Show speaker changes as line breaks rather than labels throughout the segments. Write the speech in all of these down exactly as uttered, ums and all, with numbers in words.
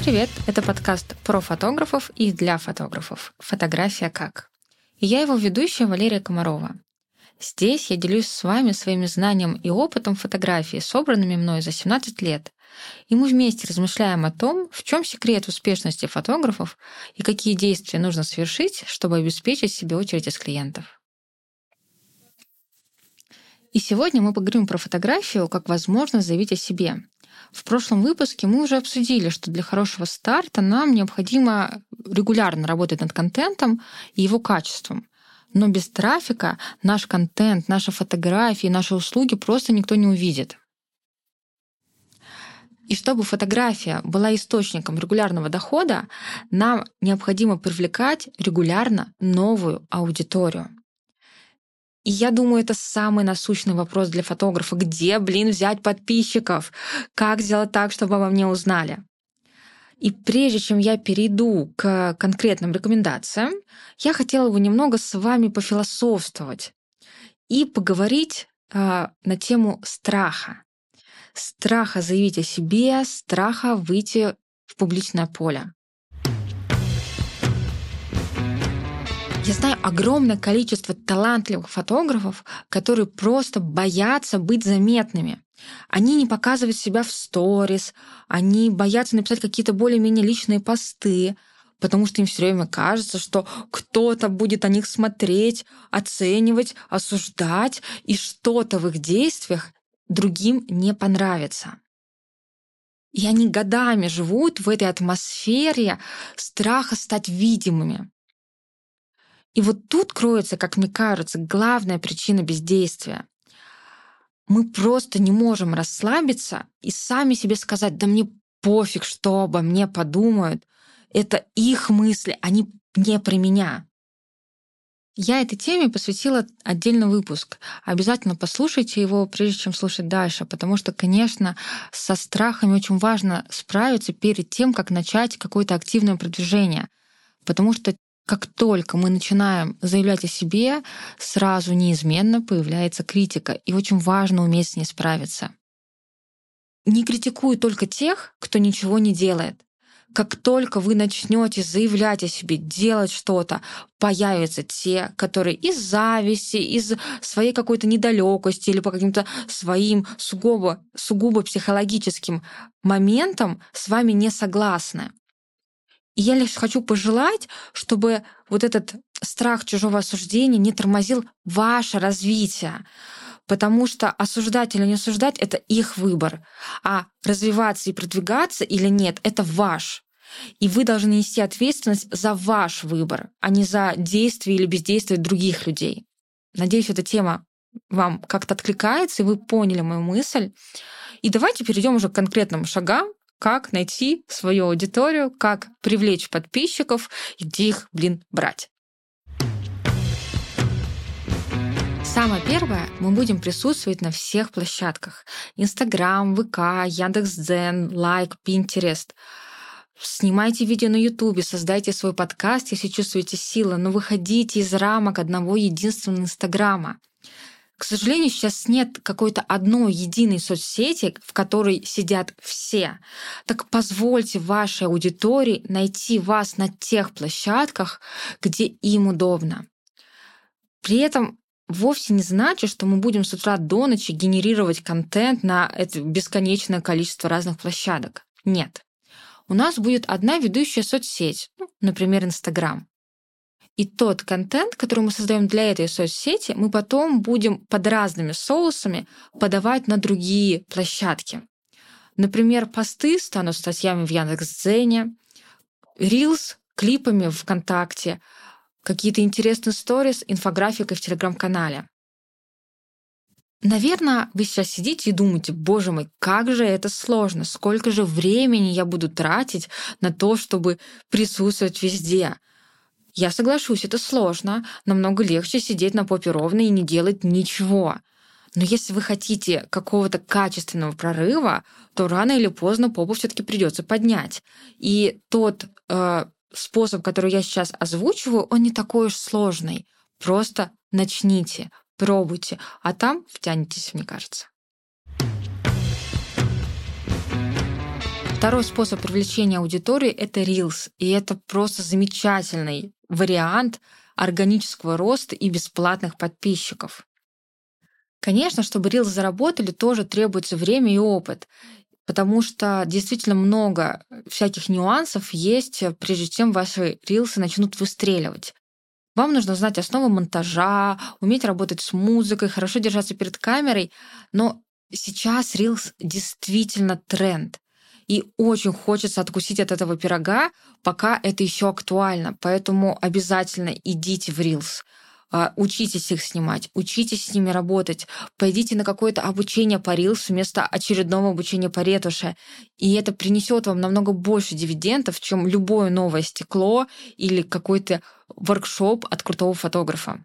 привет! Это подкаст про фотографов и для фотографов «Фотография как?». И я его ведущая Валерия Комарова. Здесь я делюсь с вами своими знанием и опытом фотографии, собранными мной за семнадцать лет. И мы вместе размышляем о том, в чем секрет успешности фотографов и какие действия нужно совершить, чтобы обеспечить себе очередь из клиентов. И сегодня мы поговорим про фотографию как возможность заявить о себе. В прошлом выпуске мы уже обсудили, что для хорошего старта нам необходимо регулярно работать над контентом и его качеством. Но без трафика наш контент, наши фотографии, наши услуги просто никто не увидит. И чтобы фотография была источником регулярного дохода, нам необходимо привлекать регулярно новую аудиторию. И я думаю, это самый насущный вопрос для фотографа. Где, блин, взять подписчиков? Как сделать так, чтобы обо мне узнали? И прежде чем я перейду к конкретным рекомендациям, я хотела бы немного с вами пофилософствовать и поговорить э, на тему страха. Страха заявить о себе, страха выйти в публичное поле. Я знаю огромное количество талантливых фотографов, которые просто боятся быть заметными. Они не показывают себя в сторис, они боятся написать какие-то более-менее личные посты, потому что им все время кажется, что кто-то будет о них смотреть, оценивать, осуждать, и что-то в их действиях другим не понравится. И они годами живут в этой атмосфере страха стать видимыми. И вот тут кроется, как мне кажется, главная причина бездействия. Мы просто не можем расслабиться и сами себе сказать: да мне пофиг, что обо мне подумают. Это их мысли, они не про меня. Я этой теме посвятила отдельный выпуск. Обязательно послушайте его, прежде чем слушать дальше, потому что, конечно, со страхами очень важно справиться перед тем, как начать какое-то активное продвижение. Потому что как только мы начинаем заявлять о себе, сразу неизменно появляется критика, и очень важно уметь с ней справиться. Не критикуй только тех, кто ничего не делает. Как только вы начнете заявлять о себе, делать что-то, появятся те, которые из зависти, из своей какой-то недалекости или по каким-то своим сугубо, сугубо психологическим моментам с вами не согласны. И я лишь хочу пожелать, чтобы вот этот страх чужого осуждения не тормозил ваше развитие. Потому что осуждать или не осуждать — это их выбор. А развиваться и продвигаться или нет — это ваш. И вы должны нести ответственность за ваш выбор, а не за действия или бездействие других людей. Надеюсь, эта тема вам как-то откликается, и вы поняли мою мысль. И давайте перейдем уже к конкретным шагам, как найти свою аудиторию, как привлечь подписчиков и где их, блин, брать. Самое первое, мы будем присутствовать на всех площадках. Инстаграм, ВК, Яндекс.Дзен, Лайк, Пинтерест. Снимайте видео на Ютубе, создайте свой подкаст, если чувствуете силы, но выходите из рамок одного единственного Инстаграма. К сожалению, сейчас нет какой-то одной единой соцсети, в которой сидят все. Так позвольте вашей аудитории найти вас на тех площадках, где им удобно. При этом вовсе не значит, что мы будем с утра до ночи генерировать контент на это бесконечное количество разных площадок. Нет. У нас будет одна ведущая соцсеть, ну, например, Инстаграм. И тот контент, который мы создаем для этой соцсети, мы потом будем под разными соусами подавать на другие площадки. Например, посты станут статьями в Яндекс.Дзене, рилс — клипами в ВКонтакте, какие-то интересные сторис, инфографикой в Телеграм-канале. Наверное, вы сейчас сидите и думаете: боже мой, как же это сложно, сколько же времени я буду тратить на то, чтобы присутствовать везде. Я соглашусь, это сложно, намного легче сидеть на попе ровно и не делать ничего. Но если вы хотите какого-то качественного прорыва, то рано или поздно попу все-таки придется поднять. И тот э, способ, который я сейчас озвучиваю, он не такой уж сложный. Просто начните, пробуйте, а там втянетесь, мне кажется. Второй способ привлечения аудитории — это Reels. И это просто замечательный вариант органического роста и бесплатных подписчиков. Конечно, чтобы Reels заработали, тоже требуется время и опыт, потому что действительно много всяких нюансов есть, прежде чем ваши рилсы начнут выстреливать. Вам нужно знать основы монтажа, уметь работать с музыкой, хорошо держаться перед камерой, но сейчас Reels действительно тренд. И очень хочется откусить от этого пирога, пока это еще актуально. Поэтому обязательно идите в Reels. Учитесь их снимать, учитесь с ними работать, пойдите на какое-то обучение по Reels вместо очередного обучения по ретуше. И это принесет вам намного больше дивидендов, чем любое новое стекло или какой-то воркшоп от крутого фотографа.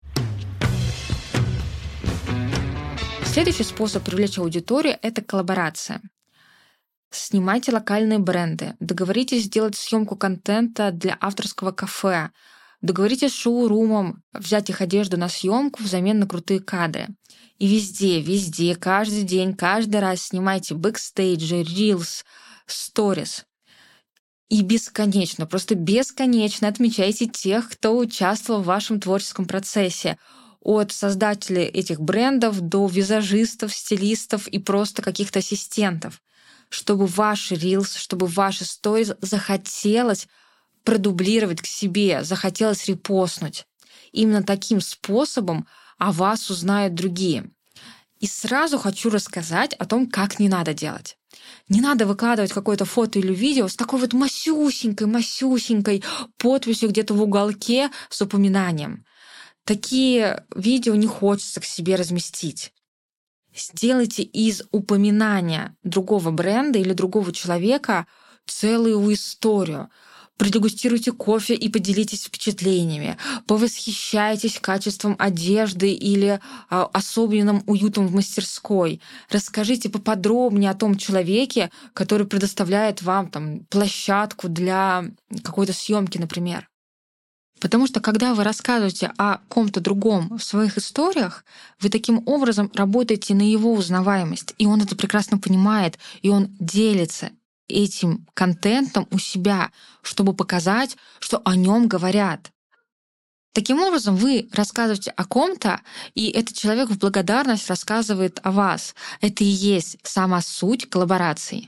Следующий способ привлечь аудиторию — это коллаборация. Снимайте локальные бренды, договоритесь сделать съемку контента для авторского кафе, договоритесь с шоурумом взять их одежду на съемку взамен на крутые кадры. И везде, везде, каждый день, каждый раз снимайте бэкстейджи, рилс, сторис. И бесконечно, просто бесконечно отмечайте тех, кто участвовал в вашем творческом процессе. От создателей этих брендов до визажистов, стилистов и просто каких-то ассистентов. Чтобы ваши рилс, чтобы ваши сторис захотелось продублировать к себе, захотелось репостнуть. Именно таким способом о вас узнают другие. И сразу хочу рассказать о том, как не надо делать. Не надо выкладывать какое-то фото или видео с такой вот масюсенькой, масюсенькой подписью где-то в уголке с упоминанием. Такие видео не хочется к себе разместить. Сделайте из упоминания другого бренда или другого человека целую историю. Продегустируйте кофе и поделитесь впечатлениями. Повосхищайтесь качеством одежды или а, особенным уютом в мастерской. Расскажите поподробнее о том человеке, который предоставляет вам там, площадку для какой-то съемки, например. Потому что когда вы рассказываете о ком-то другом в своих историях, вы таким образом работаете на его узнаваемость, и он это прекрасно понимает, и он делится этим контентом у себя, чтобы показать, что о нем говорят. Таким образом, вы рассказываете о ком-то, и этот человек в благодарность рассказывает о вас. Это и есть сама суть коллаборации.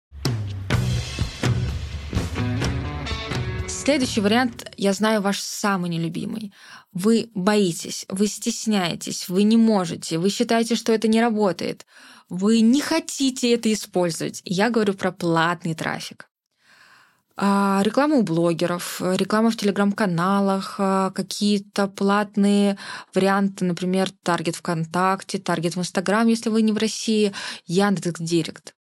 Следующий вариант, я знаю, ваш самый нелюбимый. Вы боитесь, вы стесняетесь, вы не можете, вы считаете, что это не работает, вы не хотите это использовать. Я говорю про платный трафик. Реклама у блогеров, реклама в телеграм-каналах, какие-то платные варианты, например, таргет ВКонтакте, таргет в Инстаграм, если вы не в России, Яндекс.Директ.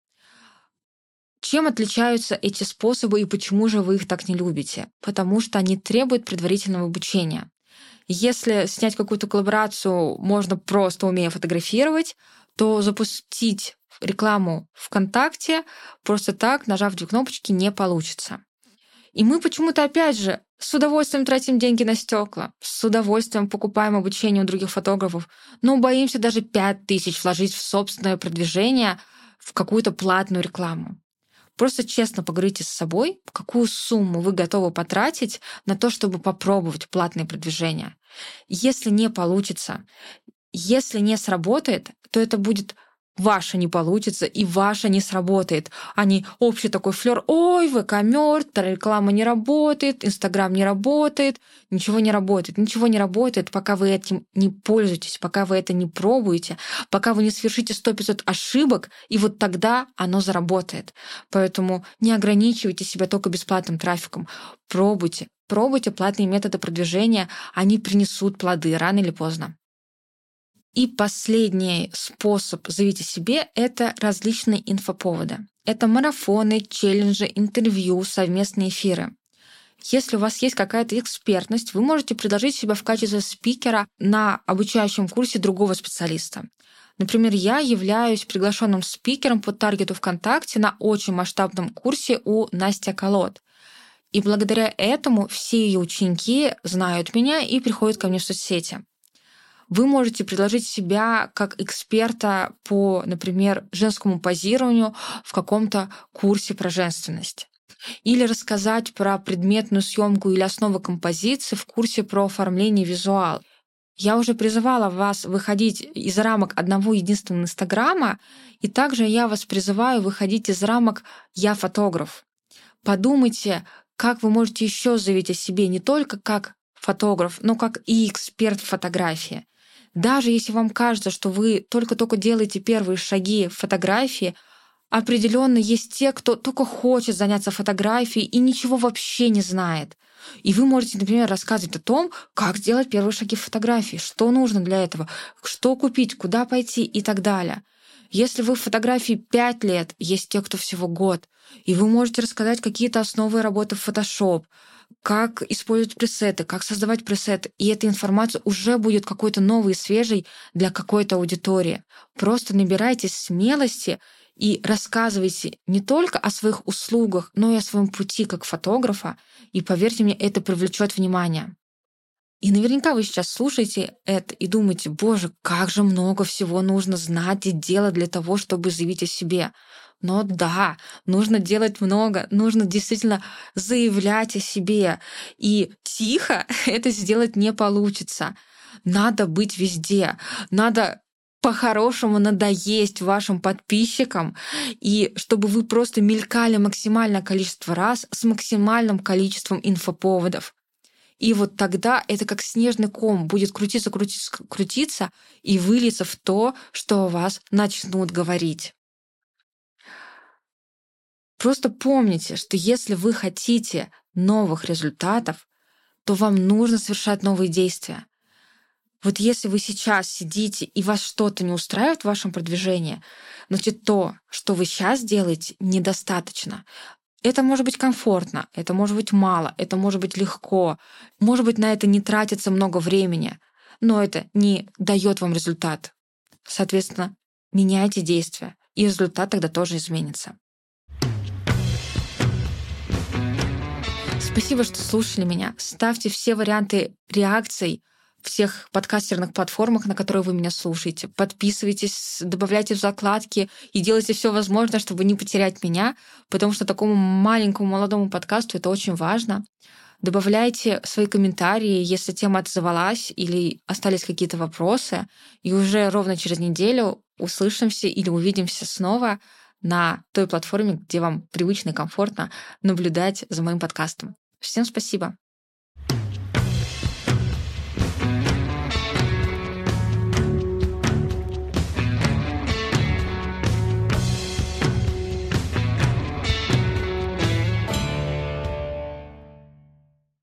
Чем отличаются эти способы и почему же вы их так не любите? Потому что они требуют предварительного обучения. Если снять какую-то коллаборацию можно просто умея фотографировать, то запустить рекламу ВКонтакте просто так, нажав две кнопочки, не получится. И мы почему-то, опять же, с удовольствием тратим деньги на стекла, с удовольствием покупаем обучение у других фотографов, но боимся даже пять тысяч вложить в собственное продвижение в какую-то платную рекламу. Просто честно поговорите с собой, какую сумму вы готовы потратить на то, чтобы попробовать платные продвижения. Если не получится, если не сработает, то это будет ваше не получится и ваше не сработает, а не общий такой флёр. Ой, ВК мёртв, реклама не работает, Инстаграм не работает, ничего не работает. Ничего не работает, пока вы этим не пользуетесь, пока вы это не пробуете, пока вы не совершите сто-пятьсот ошибок, и вот тогда оно заработает. Поэтому не ограничивайте себя только бесплатным трафиком. Пробуйте, пробуйте платные методы продвижения, они принесут плоды рано или поздно. И последний способ заявить о себе — это различные инфоповоды. Это марафоны, челленджи, интервью, совместные эфиры. Если у вас есть какая-то экспертность, вы можете предложить себя в качестве спикера на обучающем курсе другого специалиста. Например, я являюсь приглашенным спикером по таргету ВКонтакте на очень масштабном курсе у Насти Околот. И благодаря этому все ее ученики знают меня и приходят ко мне в соцсети. Вы можете предложить себя как эксперта по, например, женскому позированию в каком-то курсе про женственность. Или рассказать про предметную съемку или основы композиции в курсе про оформление визуал. Я уже призывала вас выходить из рамок одного единственного Инстаграма, и также я вас призываю выходить из рамок «я фотограф». Подумайте, как вы можете еще заявить о себе не только как фотограф, но как и эксперт в фотографии. Даже если вам кажется, что вы только-только делаете первые шаги в фотографии, определенно есть те, кто только хочет заняться фотографией и ничего вообще не знает. И вы можете, например, рассказывать о том, как сделать первые шаги в фотографии, что нужно для этого, что купить, куда пойти и так далее. Если вы в фотографии пять лет, есть те, кто всего год, и вы можете рассказать какие-то основы работы в Photoshop, как использовать пресеты, как создавать пресеты, и эта информация уже будет какой-то новой и свежей для какой-то аудитории. Просто набирайтесь смелости и рассказывайте не только о своих услугах, но и о своем пути как фотографа, и поверьте мне, это привлечет внимание. И наверняка вы сейчас слушаете это и думаете: боже, как же много всего нужно знать и делать для того, чтобы заявить о себе. Но да, нужно делать много, нужно действительно заявлять о себе. И тихо это сделать не получится. Надо быть везде. Надо по-хорошему надоесть вашим подписчикам, и чтобы вы просто мелькали максимальное количество раз с максимальным количеством инфоповодов. И вот тогда это как снежный ком будет крутиться, крутиться, крутиться и выльется в то, что о вас начнут говорить. Просто помните, что если вы хотите новых результатов, то вам нужно совершать новые действия. Вот если вы сейчас сидите и вас что-то не устраивает в вашем продвижении, значит, то, что вы сейчас делаете, недостаточно. Это может быть комфортно, это может быть мало, это может быть легко, может быть, на это не тратится много времени, но это не дает вам результат. Соответственно, меняйте действия, и результат тогда тоже изменится. Спасибо, что слушали меня. Ставьте все варианты реакций всех подкастерных платформах, на которые вы меня слушаете. Подписывайтесь, добавляйте в закладки и делайте все возможное, чтобы не потерять меня, потому что такому маленькому молодому подкасту это очень важно. Добавляйте свои комментарии, если тема отзывалась или остались какие-то вопросы. И уже ровно через неделю услышимся или увидимся снова на той платформе, где вам привычно и комфортно наблюдать за моим подкастом. Всем спасибо.